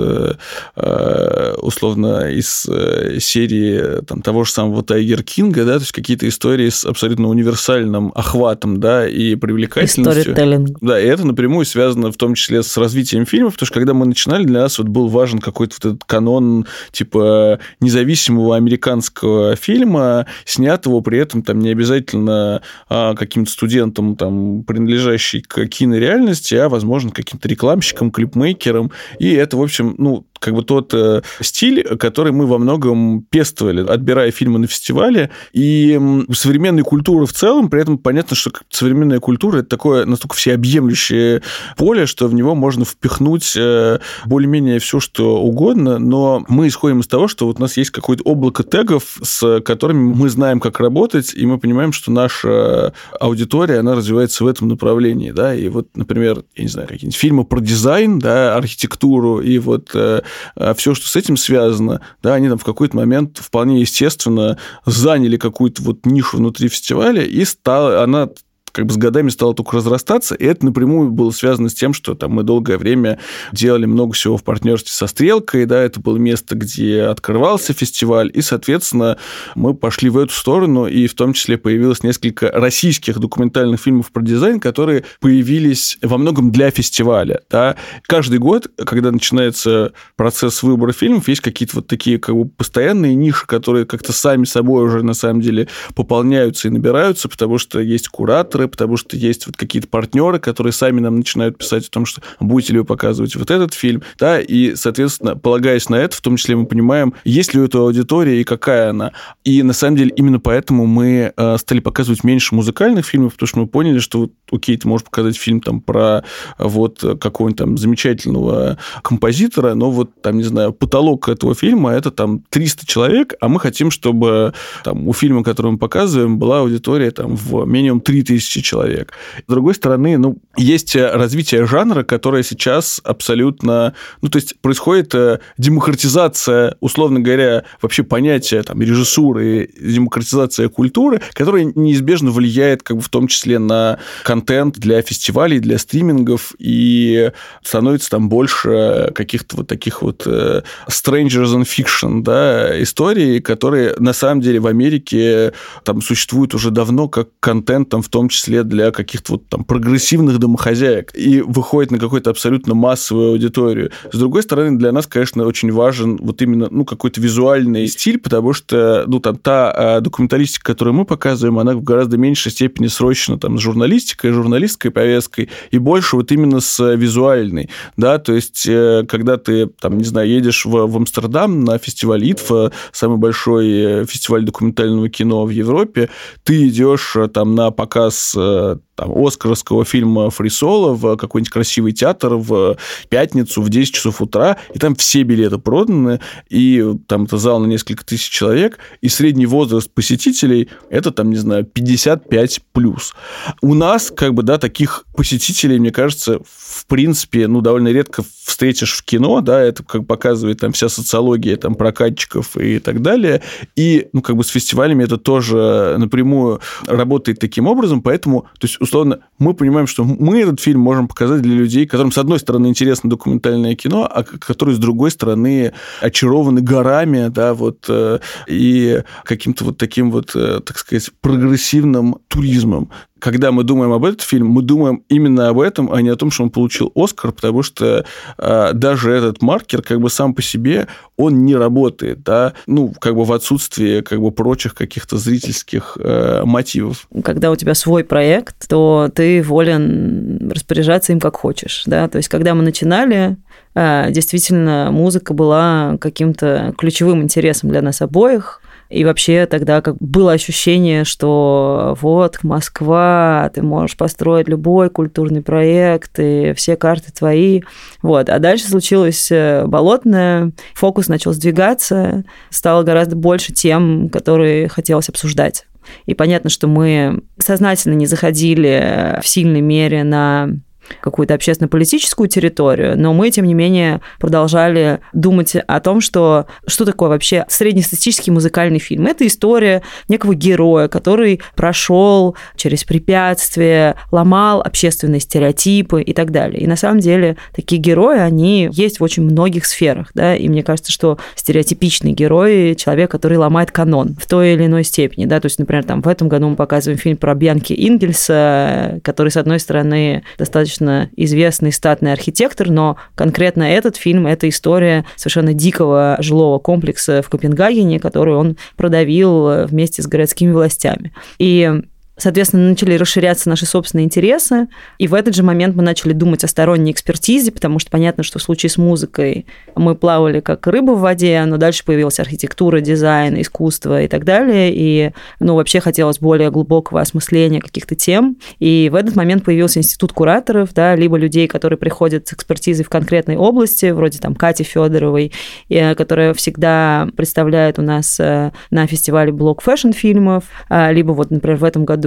условно из серии там, того же самого Тайгер Кинга, да, то есть какие-то истории с абсолютно универсальным охватом, да, и привлекательностью. Сторителлинг. Да, и это напрямую связано в том числе с развитием фильмов, потому что когда мы начинали, для нас вот был важен какой-то вот этот канон типа независимого американского фильма, снятого при этом там не обязательно а, каким-то студентам, там, принадлежащий к кинореальности, а, возможно, каким-то рекламщикам, клипмейкерам. И это, в общем, ну, как бы тот э, стиль, который мы во многом пестовали, отбирая фильмы на фестивале. И современная культура в целом, при этом понятно, что современная культура – это такое настолько всеобъемлющее поле, что в него можно впихнуть э, более-менее все, что угодно, но мы исходим из того, что вот у нас есть какое-то облако тегов, с которыми мы знаем, как работать, и мы понимаем, что наша аудитория, она развивается в этом направлении, да, и вот, например, я не знаю, какие-нибудь фильмы про дизайн, да, архитектуру, и вот э, все, что с этим связано, да, они там в какой-то момент вполне естественно заняли какую-то вот нишу внутри фестиваля, и стала она как бы с годами стало только разрастаться, и это напрямую было связано с тем, что там мы долгое время делали много всего в партнерстве со «Стрелкой», да, это было место, где открывался фестиваль, и, соответственно, мы пошли в эту сторону, и в том числе появилось несколько российских документальных фильмов про дизайн, которые появились во многом для фестиваля, да. Каждый год, когда начинается процесс выбора фильмов, есть какие-то вот такие как бы постоянные ниши, которые как-то сами собой уже на самом деле пополняются и набираются, потому что есть кураторы, потому что есть вот какие-то партнеры, которые сами нам начинают писать о том, что будете ли вы показывать вот этот фильм, да, и, соответственно, полагаясь на это, в том числе мы понимаем, есть ли у этого аудитория и какая она. И, на самом деле, именно поэтому мы стали показывать меньше музыкальных фильмов, потому что мы поняли, что вот, окей, ты можешь показать фильм там про вот какого-нибудь там замечательного композитора, но вот там, не знаю, потолок этого фильма – это там триста человек, а мы хотим, чтобы там у фильма, который мы показываем, была аудитория там в минимум три тысячи человек. С другой стороны, ну, есть развитие жанра, которое сейчас абсолютно... Ну, то есть происходит демократизация, условно говоря, вообще понятия там, режиссуры, демократизация культуры, которая неизбежно влияет как бы, в том числе на контент для фестивалей, для стримингов, и становится там больше каких-то вот таких вот strangers and fiction, да, историй, которые на самом деле в Америке там существуют уже давно как контент, там, в том числе для каких-то вот там прогрессивных домохозяек, и выходит на какую-то абсолютно массовую аудиторию. С другой стороны, для нас, конечно, очень важен вот именно, ну, какой-то визуальный стиль, потому что, ну, там, та документалистика, которую мы показываем, она в гораздо меньшей степени срочна там с журналистикой, журналистской повесткой, и больше вот именно с визуальной, да, то есть, когда ты, там, не знаю, едешь в, в Амстердам на фестиваль ИТФА, самый большой фестиваль документального кино в Европе, ты идешь там на показ там, оскаровского фильма «Фри Соло» в какой-нибудь красивый театр в пятницу в десять часов утра, и там все билеты проданы, и там это зал на несколько тысяч человек, и средний возраст посетителей – это, там, не знаю, пятьдесят пять плюс. У нас, как бы, да, таких посетителей, мне кажется, в принципе, ну, довольно редко встретишь в кино, да, это как показывает там вся социология там прокатчиков и так далее, и, ну, как бы с фестивалями это тоже напрямую работает таким образом, поэтому, то есть, условно, мы понимаем, что мы этот фильм можем показать для людей, которым, с одной стороны, интересно документальное кино, а которые, с другой стороны, очарованы горами, да, вот, и каким-то вот таким вот, так сказать, прогрессивным туризмом. Когда мы думаем об этом фильме, мы думаем именно об этом, а не о том, что он получил Оскар, потому что э, даже этот маркер, как бы сам по себе, он не работает, да, ну, как бы в отсутствии, как бы, прочих каких-то зрительских э, мотивов. Когда у тебя свой проект, то ты волен распоряжаться им как хочешь, да, то есть, когда мы начинали, э, действительно, музыка была каким-то ключевым интересом для нас обоих. И вообще тогда как было ощущение, что вот Москва, ты можешь построить любой культурный проект, и все карты твои. Вот. А дальше случилось болотное, фокус начал сдвигаться, стало гораздо больше тем, которые хотелось обсуждать. И понятно, что мы сознательно не заходили в сильной мере на какую-то общественно-политическую территорию, но мы, тем не менее, продолжали думать о том, что, что такое вообще среднестатистический музыкальный фильм. Это история некого героя, который прошел через препятствия, ломал общественные стереотипы и так далее. И на самом деле такие герои, они есть в очень многих сферах, да, и мне кажется, что стереотипичный герой – человек, который ломает канон в той или иной степени, да, то есть, например, там в этом году мы показываем фильм про Бьянки Ингельса, который, с одной стороны, достаточно известный статный архитектор, но конкретно этот фильм – это история совершенно дикого жилого комплекса в Копенгагене, который он продавил вместе с городскими властями. И соответственно, начали расширяться наши собственные интересы, и в этот же момент мы начали думать о сторонней экспертизе, потому что понятно, что в случае с музыкой мы плавали как рыба в воде, но дальше появилась архитектура, дизайн, искусство и так далее, и, ну, вообще хотелось более глубокого осмысления каких-то тем, и в этот момент появился институт кураторов, да, либо людей, которые приходят с экспертизой в конкретной области, вроде там Кати Федоровой, которая всегда представляет у нас на фестивале блок фэшн-фильмов, либо вот, например, в этом году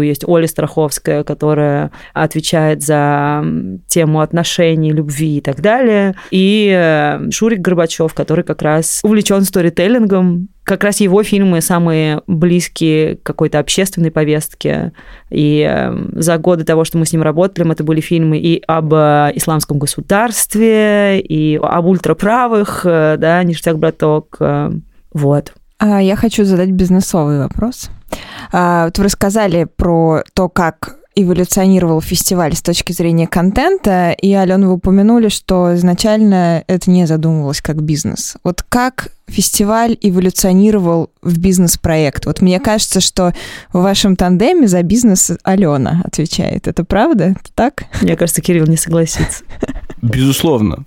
есть Оля Страховская, которая отвечает за тему отношений, любви и так далее, и Шурик Горбачев, который как раз увлечен сторителлингом. Как раз его фильмы самые близкие к какой-то общественной повестке. И за годы того, что мы с ним работали, это были фильмы и об исламском государстве, и об ультраправых, да, «Ништяк, браток». Вот. Я хочу задать бизнесовый вопрос. Вот вы рассказали про то, как эволюционировал фестиваль с точки зрения контента, и, Алена, вы упомянули, что изначально это не задумывалось как бизнес. Вот как фестиваль эволюционировал в бизнес-проект? Вот мне кажется, что в вашем тандеме за бизнес Алена отвечает. Это правда? Это так? Мне кажется, Кирилл не согласится. Безусловно.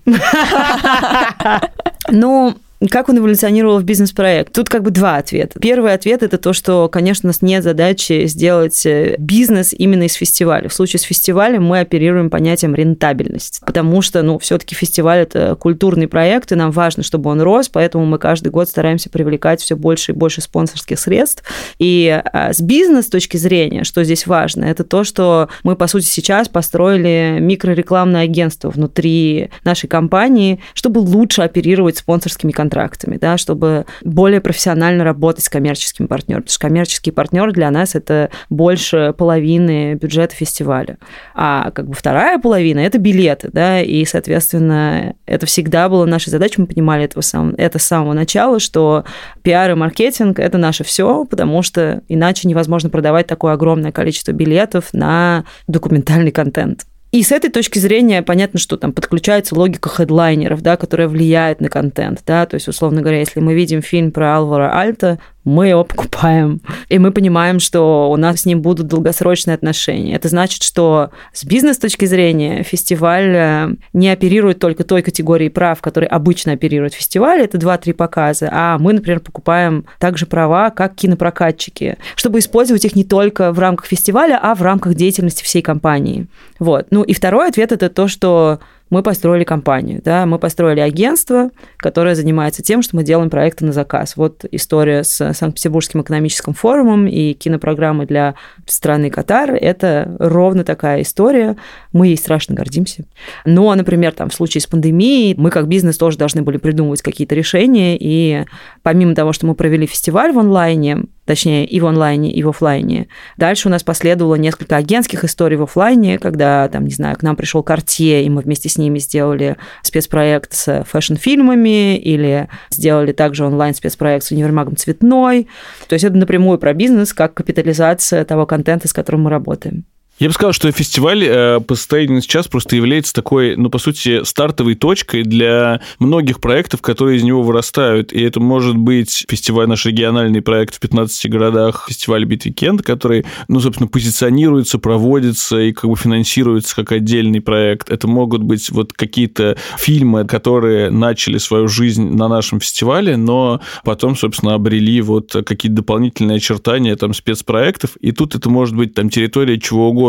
Ну... Как он эволюционировал в бизнес-проект? Тут как бы два ответа. Первый ответ – это то, что, конечно, у нас нет задачи сделать бизнес именно из фестиваля. В случае с фестивалем мы оперируем понятием рентабельность, потому что, ну, все-таки фестиваль – это культурный проект, и нам важно, чтобы он рос, поэтому мы каждый год стараемся привлекать все больше и больше спонсорских средств. И с бизнес точки зрения, что здесь важно, это то, что мы, по сути, сейчас построили микрорекламное агентство внутри нашей компании, чтобы лучше оперировать спонсорскими контрактами. контрактами, да, чтобы более профессионально работать с коммерческими партнерами. Потому что коммерческий партнер для нас – это больше половины бюджета фестиваля. А как бы вторая половина – это билеты, да, и, соответственно, это всегда была наша задача. Мы понимали этого сам, это с самого начала, что пиар и маркетинг – это наше все, потому что иначе невозможно продавать такое огромное количество билетов на документальный контент. И с этой точки зрения понятно, что там подключается логика хедлайнеров, да, которая влияет на контент. Да? То есть, условно говоря, если мы видим фильм про Альвара Альто, мы его покупаем, и мы понимаем, что у нас с ним будут долгосрочные отношения. Это значит, что с бизнес-точки зрения фестиваль не оперирует только той категорией прав, которые обычно оперируют фестиваль, это два-три показа, а мы, например, покупаем также права, как кинопрокатчики, чтобы использовать их не только в рамках фестиваля, а в рамках деятельности всей компании. Вот. Ну и второй ответ – это то, что мы построили компанию, да, мы построили агентство, которое занимается тем, что мы делаем проекты на заказ. Вот история с Санкт-Петербургским экономическим форумом и кинопрограммой для страны Катар – это ровно такая история. Мы ей страшно гордимся. Но, например, там, в случае с пандемией мы как бизнес тоже должны были придумывать какие-то решения, и помимо того, что мы провели фестиваль в онлайне, точнее, и в онлайне, и в офлайне. Дальше у нас последовало несколько агентских историй в офлайне, когда, там, не знаю, к нам пришел Cartier, и мы вместе с ними сделали спецпроект с фэшн-фильмами, или сделали также онлайн-спецпроект с универмагом «Цветной». То есть это напрямую про бизнес, как капитализация того контента, с которым мы работаем. Я бы сказал, что фестиваль э, по состоянию на сейчас просто является такой, ну, по сути, стартовой точкой для многих проектов, которые из него вырастают. И это может быть фестиваль, наш региональный проект в пятнадцати городах, фестиваль Битвикенд, который, ну, собственно, позиционируется, проводится и как бы финансируется как отдельный проект. Это могут быть вот какие-то фильмы, которые начали свою жизнь на нашем фестивале, но потом, собственно, обрели вот какие-то дополнительные очертания там спецпроектов. И тут это может быть там территория чего угодно.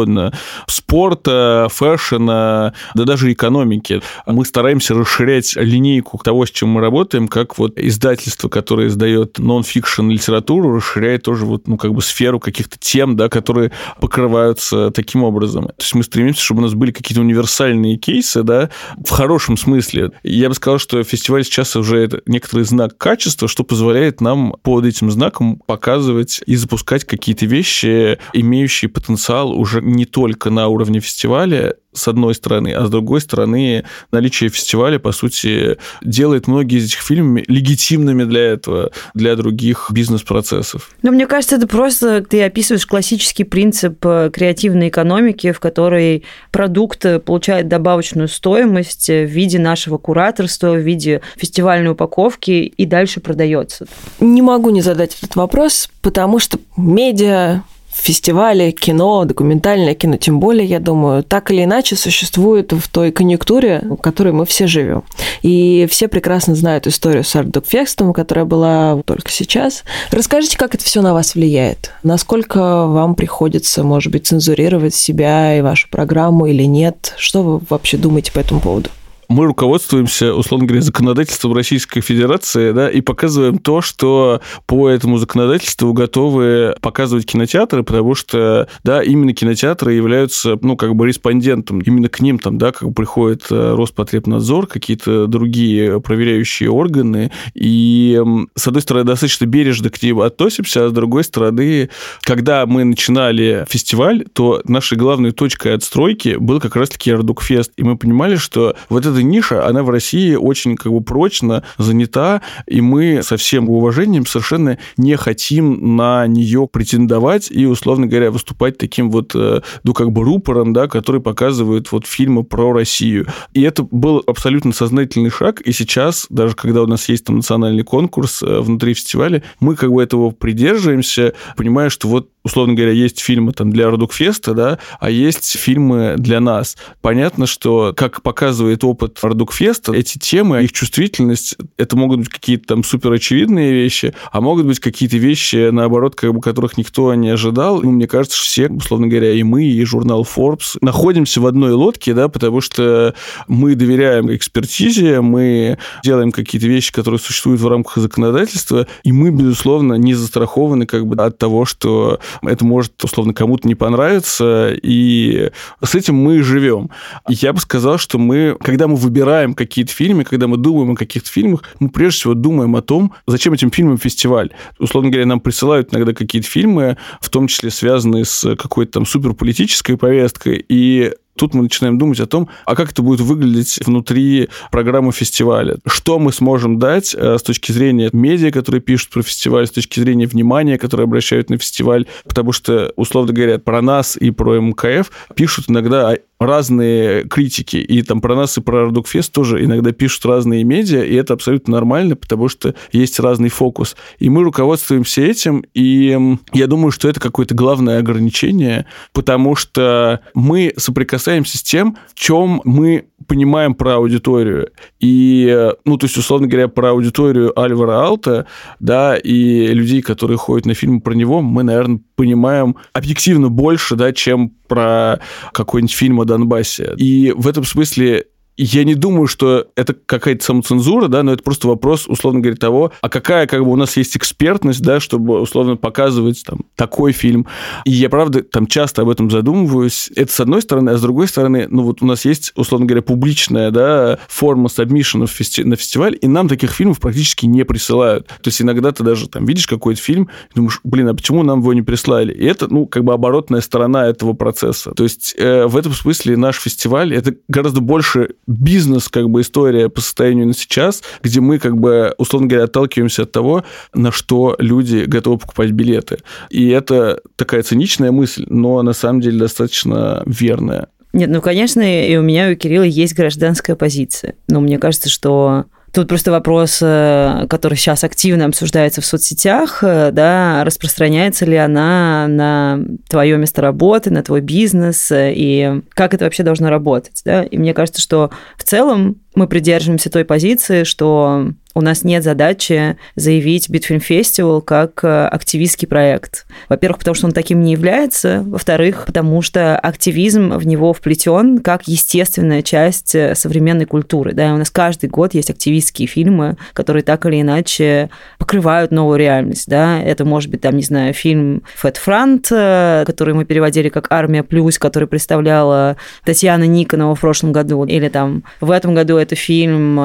Спорта, фэшена, да даже экономики. Мы стараемся расширять линейку того, с чем мы работаем, как вот издательство, которое издает нон-фикшн литературу, расширяет тоже вот, ну, как бы сферу каких-то тем, да, которые покрываются таким образом. То есть мы стремимся, чтобы у нас были какие-то универсальные кейсы, да, в хорошем смысле. Я бы сказал, что фестиваль сейчас уже это некоторый знак качества, что позволяет нам под этим знаком показывать и запускать какие-то вещи, имеющие потенциал уже не только на уровне фестиваля, с одной стороны, а с другой стороны, наличие фестиваля, по сути, делает многие из этих фильмов легитимными для этого, для других бизнес-процессов. Но мне кажется, это просто ты описываешь классический принцип креативной экономики, в которой продукт получает добавочную стоимость в виде нашего кураторства, в виде фестивальной упаковки и дальше продается. Не могу не задать этот вопрос, потому что медиа, фестивали, кино, документальное кино, тем более, я думаю, так или иначе существует в той конъюнктуре, в которой мы все живем. И все прекрасно знают историю с Арт-Док-фестом, которая была только сейчас. Расскажите, как это все на вас влияет? Насколько вам приходится, может быть, цензурировать себя и вашу программу или нет? Что вы вообще думаете по этому поводу? мы руководствуемся, условно говоря, законодательством Российской Федерации, да, и показываем то, что по этому законодательству готовы показывать кинотеатры, потому что, да, именно кинотеатры являются, ну, как бы респондентом. Именно к ним там, да, как бы приходит Роспотребнадзор, какие-то другие проверяющие органы, и, с одной стороны, достаточно бережно к ним относимся, а с другой стороны, когда мы начинали фестиваль, то нашей главной точкой отстройки был как раз-таки Ардукфест, и мы понимали, что вот эта ниша, она в России очень как бы прочно занята, и мы со всем уважением совершенно не хотим на нее претендовать и, условно говоря, выступать таким вот, ну, как бы рупором, да, который показывает вот фильмы про Россию. И это был абсолютно сознательный шаг, и сейчас, даже когда у нас есть там национальный конкурс внутри фестиваля, мы как бы этого придерживаемся, понимая, что вот, условно говоря, есть фильмы там для Ардукфеста, да, а есть фильмы для нас. Понятно, что, как показывает опыт Ардукфеста, эти темы, их чувствительность, это могут быть какие-то там суперочевидные вещи, а могут быть какие-то вещи, наоборот, как бы, которых никто не ожидал. Ну, мне кажется, что все, условно говоря, и мы, и журнал Forbes находимся в одной лодке, да, потому что мы доверяем экспертизе, мы делаем какие-то вещи, которые существуют в рамках законодательства, и мы, безусловно, не застрахованы как бы от того, что это может, условно, кому-то не понравиться, и с этим мы живем. Я бы сказал, что мы, когда мы выбираем какие-то фильмы, когда мы думаем о каких-то фильмах, мы прежде всего думаем о том, зачем этим фильмам фестиваль. Условно говоря, нам присылают иногда какие-то фильмы, в том числе связанные с какой-то там суперполитической повесткой, и тут мы начинаем думать о том, а как это будет выглядеть внутри программы фестиваля. Что мы сможем дать с точки зрения медиа, которые пишут про фестиваль, с точки зрения внимания, которое обращают на фестиваль. Потому что, условно говоря, про нас и про эм ка эф пишут иногда разные критики. И там про нас и про Ардукфест тоже иногда пишут разные медиа, и это абсолютно нормально, потому что есть разный фокус. И мы руководствуемся этим, и я думаю, что это какое-то главное ограничение, потому что мы соприкасаемся с тем, в чем мы понимаем про аудиторию. И, ну, то есть, условно говоря, про аудиторию Альвара Алта, да, и людей, которые ходят на фильмы про него, мы, наверное, понимаем объективно больше, да, чем про какой-нибудь фильм о Донбассе. И в этом смысле я не думаю, что это какая-то самоцензура, да, но это просто вопрос, условно говоря, того, а какая как бы у нас есть экспертность, да, чтобы, условно, показывать там такой фильм. И я, правда, там часто об этом задумываюсь. Это с одной стороны, а с другой стороны, ну вот у нас есть, условно говоря, публичная, да, форма сабмишенов фести- на фестиваль, и нам таких фильмов практически не присылают. То есть иногда ты даже там видишь какой-то фильм, и думаешь, блин, а почему нам его не прислали? И это, ну, как бы оборотная сторона этого процесса. То есть э, в этом смысле наш фестиваль — это гораздо больше бизнес, как бы, история по состоянию на сейчас, где мы, как бы, условно говоря, отталкиваемся от того, на что люди готовы покупать билеты. И это такая циничная мысль, но на самом деле достаточно верная. Нет, ну, конечно, и у меня, и у Кирилла есть гражданская позиция. Но мне кажется, что тут просто вопрос, который сейчас активно обсуждается в соцсетях, да, распространяется ли она на твое место работы, на твой бизнес, и как это вообще должно работать, да? И мне кажется, что в целом мы придерживаемся той позиции, что у нас нет задачи заявить Битфильм Фестивал как активистский проект. Во-первых, потому что он таким не является. Во-вторых, потому что активизм в него вплетен как естественная часть современной культуры. Да? У нас каждый год есть активистские фильмы, которые так или иначе покрывают новую реальность. Да? Это может быть, там, не знаю, фильм «Фэт Франт», который мы переводили как «Армия плюс», который представляла Татьяна Никонова в прошлом году. Или там в этом году это фильм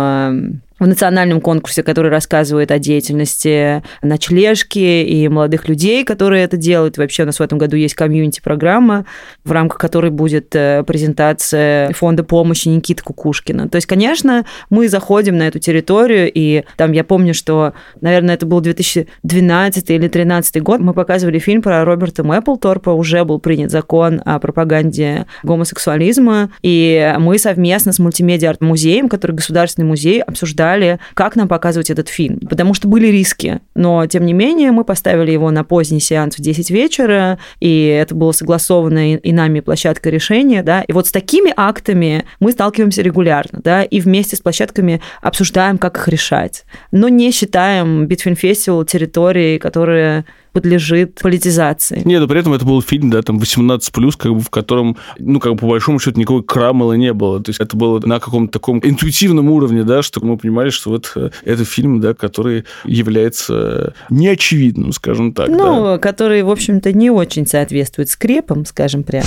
в национальном конкурсе, который рассказывает о деятельности ночлежки и молодых людей, которые это делают. Вообще у нас в этом году есть комьюнити-программа, в рамках которой будет презентация фонда помощи Никиты Кукушкина. То есть, конечно, мы заходим на эту территорию, и там я помню, что, наверное, это был две тысячи двенадцатый или две тысячи тринадцатый год, мы показывали фильм про Роберта Мэпплторпа, уже был принят закон о пропаганде гомосексуализма, и мы совместно с мультимедиа-арт-музеем, который государственный музей, обсуждали, как нам показывать этот фильм, потому что были риски, но, тем не менее, мы поставили его на поздний сеанс в десять вечера, и это было согласовано и нами площадкой решения, да, и вот с такими актами мы сталкиваемся регулярно, да, и вместе с площадками обсуждаем, как их решать, но не считаем Битфильм Фестивал территорией, которая подлежит политизации. Нет, но при этом это был фильм, да, там восемнадцать плюс, как бы, в котором, ну, как бы, по большому счету, никакой крамола не было. То есть это было на каком-то таком интуитивном уровне, да, что мы понимали, что вот это фильм, да, который является неочевидным, скажем так. Ну, да. который, в общем-то, не очень соответствует скрепам, скажем прямо.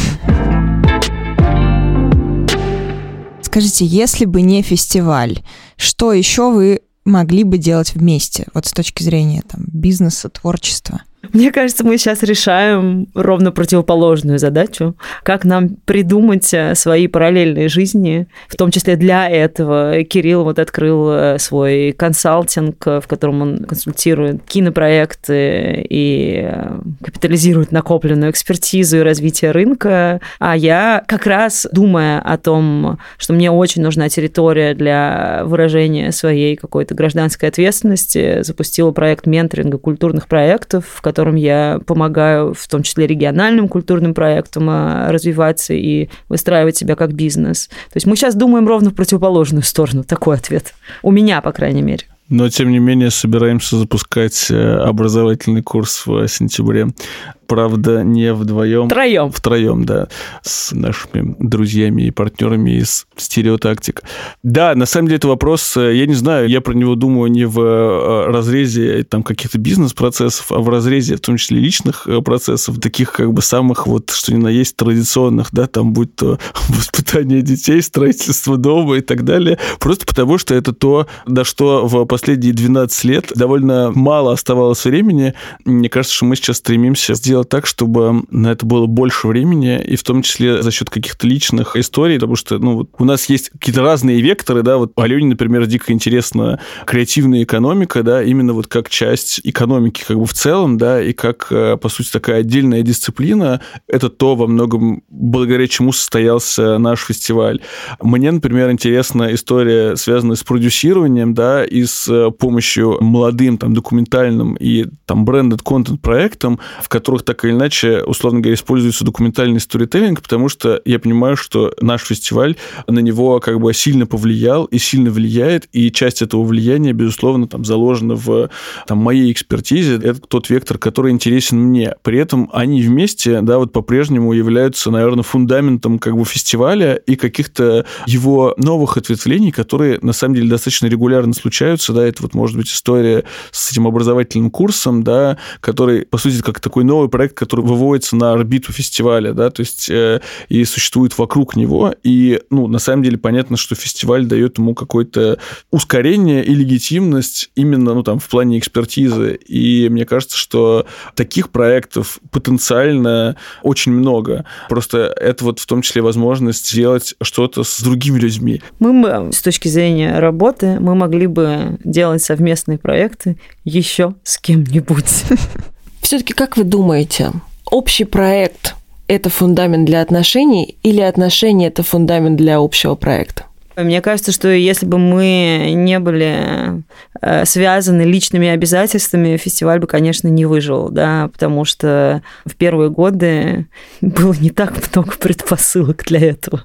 Скажите, если бы не фестиваль, что еще вы могли бы делать вместе, вот с точки зрения там, бизнеса, творчества? Мне кажется, мы сейчас решаем ровно противоположную задачу, как нам придумать свои параллельные жизни, в том числе для этого Кирилл вот открыл свой консалтинг, в котором он консультирует кинопроекты и капитализирует накопленную экспертизу и развитие рынка, а я как раз, думая о том, что мне очень нужна территория для выражения своей какой-то гражданской ответственности, запустила проект менторинга культурных проектов, в котором я помогаю, в том числе региональным культурным проектам, развиваться и выстраивать себя как бизнес. То есть мы сейчас думаем ровно в противоположную сторону. Такой ответ. У меня, по крайней мере. Но, тем не менее, собираемся запускать образовательный курс в сентябре. Правда, не вдвоем. Втроем. Втроем, да. С нашими друзьями и партнерами из «Стереотактик». Да, на самом деле, это вопрос, я не знаю, я про него думаю не в разрезе там, каких-то бизнес-процессов, а в разрезе, в том числе, личных процессов, таких как бы самых, вот, что ни на есть, традиционных, да, там, будь то воспитание детей, строительство дома и так далее. Просто потому, что это то, на что в последние двенадцать лет довольно мало оставалось времени. Мне кажется, что мы сейчас стремимся сделать так, чтобы на это было больше времени, и в том числе за счет каких-то личных историй, потому что ну, вот у нас есть какие-то разные векторы, да, вот Алене, например, дико интересна креативная экономика, да, именно вот как часть экономики как бы в целом, да, и как, по сути, такая отдельная дисциплина, это то, во многом, благодаря чему состоялся наш фестиваль. Мне, например, интересна история, связанная с продюсированием, да, и с помощью молодым, там, документальным и, там, branded content проектам, в которых так или иначе, условно говоря, используется документальный сторителлинг, потому что я понимаю, что наш фестиваль на него как бы сильно повлиял и сильно влияет, и часть этого влияния, безусловно, там заложена в там, моей экспертизе. Это тот вектор, который интересен мне. При этом они вместе, да, вот по-прежнему являются, наверное, фундаментом как бы фестиваля и каких-то его новых ответвлений, которые, на самом деле, достаточно регулярно случаются, да, это вот может быть история с этим образовательным курсом, да, который, по сути, как такой новый проект, который выводится на орбиту фестиваля, да, то есть э, и существует вокруг него, и, ну, на самом деле понятно, что фестиваль дает ему какое-то ускорение и легитимность именно, ну, там, в плане экспертизы, и мне кажется, что таких проектов потенциально очень много, просто это вот в том числе возможность сделать что-то с другими людьми. Мы, с точки зрения работы, мы могли бы делать совместные проекты еще с кем-нибудь. Все-таки как вы думаете, общий проект – это фундамент для отношений или отношения – это фундамент для общего проекта? Мне кажется, что если бы мы не были связаны личными обязательствами, фестиваль бы, конечно, не выжил, да, потому что в первые годы было не так много предпосылок для этого.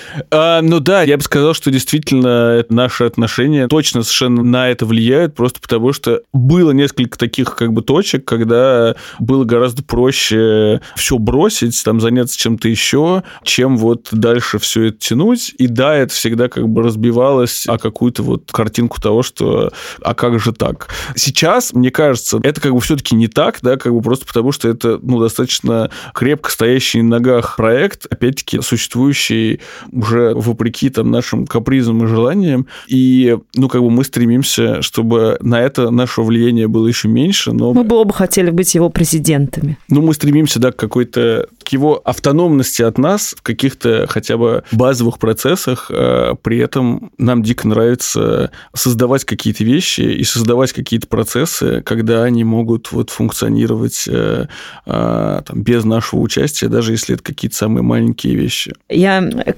А, ну да, я бы сказал, что действительно наши отношения точно совершенно на это влияют, просто потому что было несколько таких как бы точек, когда было гораздо проще все бросить, там, заняться чем-то еще, чем вот дальше все это тянуть. И да, это всегда как бы разбивалось о какую-то вот картинку того, что а как же так? Сейчас, мне кажется, это как бы все-таки не так, да, как бы просто потому что это, ну, достаточно крепко стоящий на ногах проект, опять-таки, существующий уже вопреки там нашим капризам и желаниям. И, ну, как бы мы стремимся, чтобы на это наше влияние было еще меньше, но... Мы бы оба хотели быть его президентами. Ну, мы стремимся, да, к какой-то... к его автономности от нас в каких-то хотя бы базовых процессах. При этом нам дико нравится создавать какие-то вещи и создавать какие-то процессы, когда они могут вот функционировать там, без нашего участия, даже если это какие-то самые маленькие вещи. Я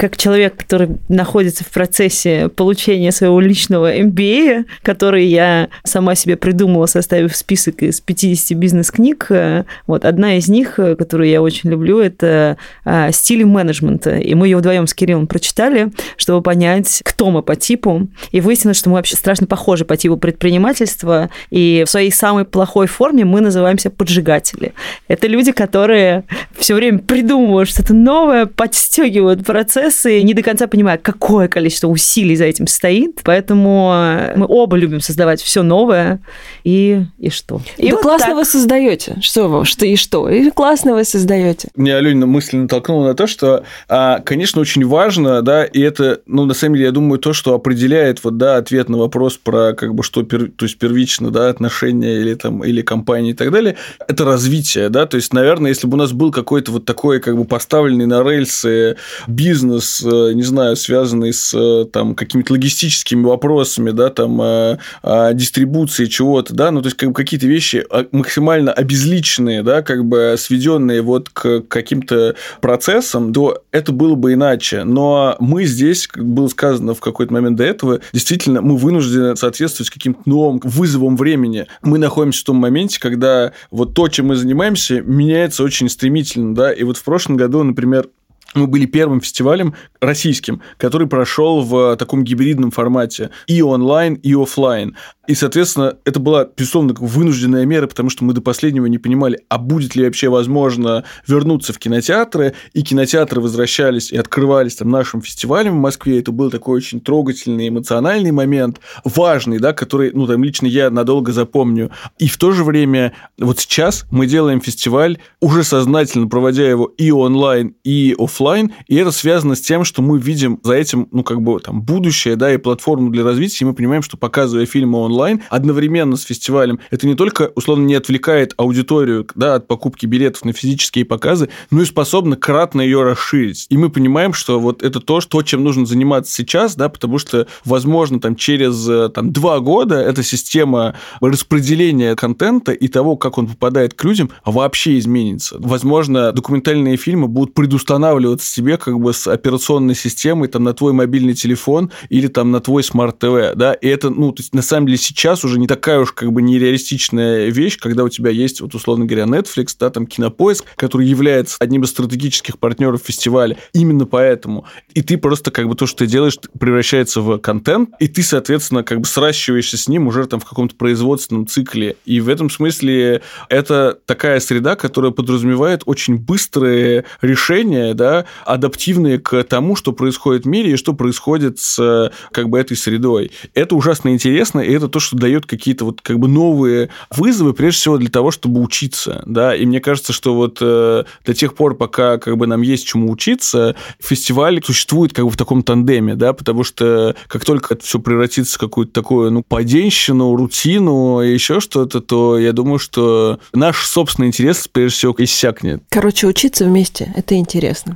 как человек, который находится в процессе получения своего личного эм би эй, который я сама себе придумала, составив список из пятидесяти бизнес-книг. Вот одна из них, которую я очень люблю, это «Стиль менеджмента». И мы ее вдвоем с Кириллом прочитали, чтобы понять, кто мы по типу. И выяснилось, что мы вообще страшно похожи по типу предпринимательства. И в своей самой плохой форме мы называемся поджигатели. Это люди, которые все время придумывают что-то новое, подстегивают процессы, не до конца понимая, какое количество усилий за этим стоит. Поэтому мы оба любим создавать все новое. И, и что? И да вот классно так. Вы создаете. Что вы? Что и что? И классно вы создаете. Меня Алёнина мысль натолкнула на то, что, конечно, очень важно, да, и это, ну, на самом деле, я думаю, то, что определяет вот, да, ответ на вопрос про, как бы, что, то есть, первично, да, отношения или там, или компании и так далее, это развитие, да, то есть, наверное, если бы у нас был какой-то вот такой, как бы, поставленный на рельсы бизнес, не знаю, связанный с, там, какими-то логистическими вопросами, да, там, дистрибуцией чего-то, да, ну, то есть, как бы, какие-то вещи максимально обезличенные, да, как бы, сведенные вот к каким-то процессам, то это было бы иначе. Но мы здесь, как было сказано в какой-то момент до этого, действительно, мы вынуждены соответствовать каким-то новым вызовам времени. Мы находимся в том моменте, когда вот то, чем мы занимаемся, меняется очень стремительно, да, и вот в прошлом году, например, мы были первым фестивалем российским, который прошел в таком гибридном формате и онлайн, и офлайн. И, соответственно, это была, безусловно, вынужденная мера, потому что мы до последнего не понимали, а будет ли вообще возможно вернуться в кинотеатры. И кинотеатры возвращались и открывались там нашим фестивалем в Москве. Это был такой очень трогательный, эмоциональный момент, важный, да, который, ну, там, лично я надолго запомню. И в то же время вот сейчас мы делаем фестиваль, уже сознательно проводя его и онлайн, и офлайн, и это связано с тем, что мы видим за этим, ну, как бы, там, будущее, да, и платформу для развития, и мы понимаем, что, показывая фильмы онлайн, онлайн, одновременно с фестивалем, это не только, условно, не отвлекает аудиторию, да, от покупки билетов на физические показы, но и способно кратно ее расширить. И мы понимаем, что вот это то, что, чем нужно заниматься сейчас, да, потому что, возможно, там, через там, два года эта система распределения контента и того, как он попадает к людям, вообще изменится. Возможно, документальные фильмы будут предустанавливаться себе как бы с операционной системой там, на твой мобильный телефон или там, на твой смарт-ТВ, да, и это, ну, то есть, на самом деле, сейчас уже не такая уж как бы нереалистичная вещь, когда у тебя есть, вот, условно говоря, Netflix, да, там Кинопоиск, который является одним из стратегических партнеров фестиваля. Именно поэтому. И ты просто как бы то, что ты делаешь, превращается в контент, и ты, соответственно, как бы сращиваешься с ним уже там в каком-то производственном цикле. И в этом смысле это такая среда, которая подразумевает очень быстрые решения, да, адаптивные к тому, что происходит в мире и что происходит с как бы этой средой. Это ужасно интересно, и это то, что дает какие-то вот как бы новые вызовы, прежде всего для того, чтобы учиться, да, и мне кажется, что вот э, до тех пор, пока как бы нам есть чему учиться, фестиваль существует как бы в таком тандеме, да, потому что как только это все превратится в какую-то такую, ну, поденщину, рутину и еще что-то, то я думаю, что наш собственный интерес, прежде всего, иссякнет. Короче, учиться вместе – это интересно.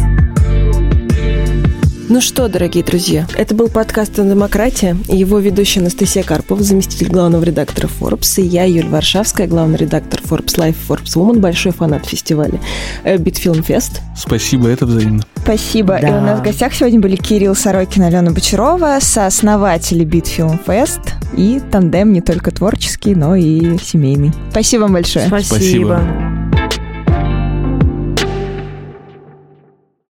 Ну что, дорогие друзья, это был подкаст «Демократия», его ведущая Анастасия Карпова, заместитель главного редактора Forbes, и я, Юлия Варшавская, главный редактор Forbes Life, Forbes Woman, большой фанат фестиваля Битфильмфест. Спасибо, это взаимно. Спасибо. Да. И у нас в гостях сегодня были Кирилл Сорокин и Алена Бочарова, сооснователи Битфильмфест, и тандем не только творческий, но и семейный. Спасибо вам большое. Спасибо. Спасибо.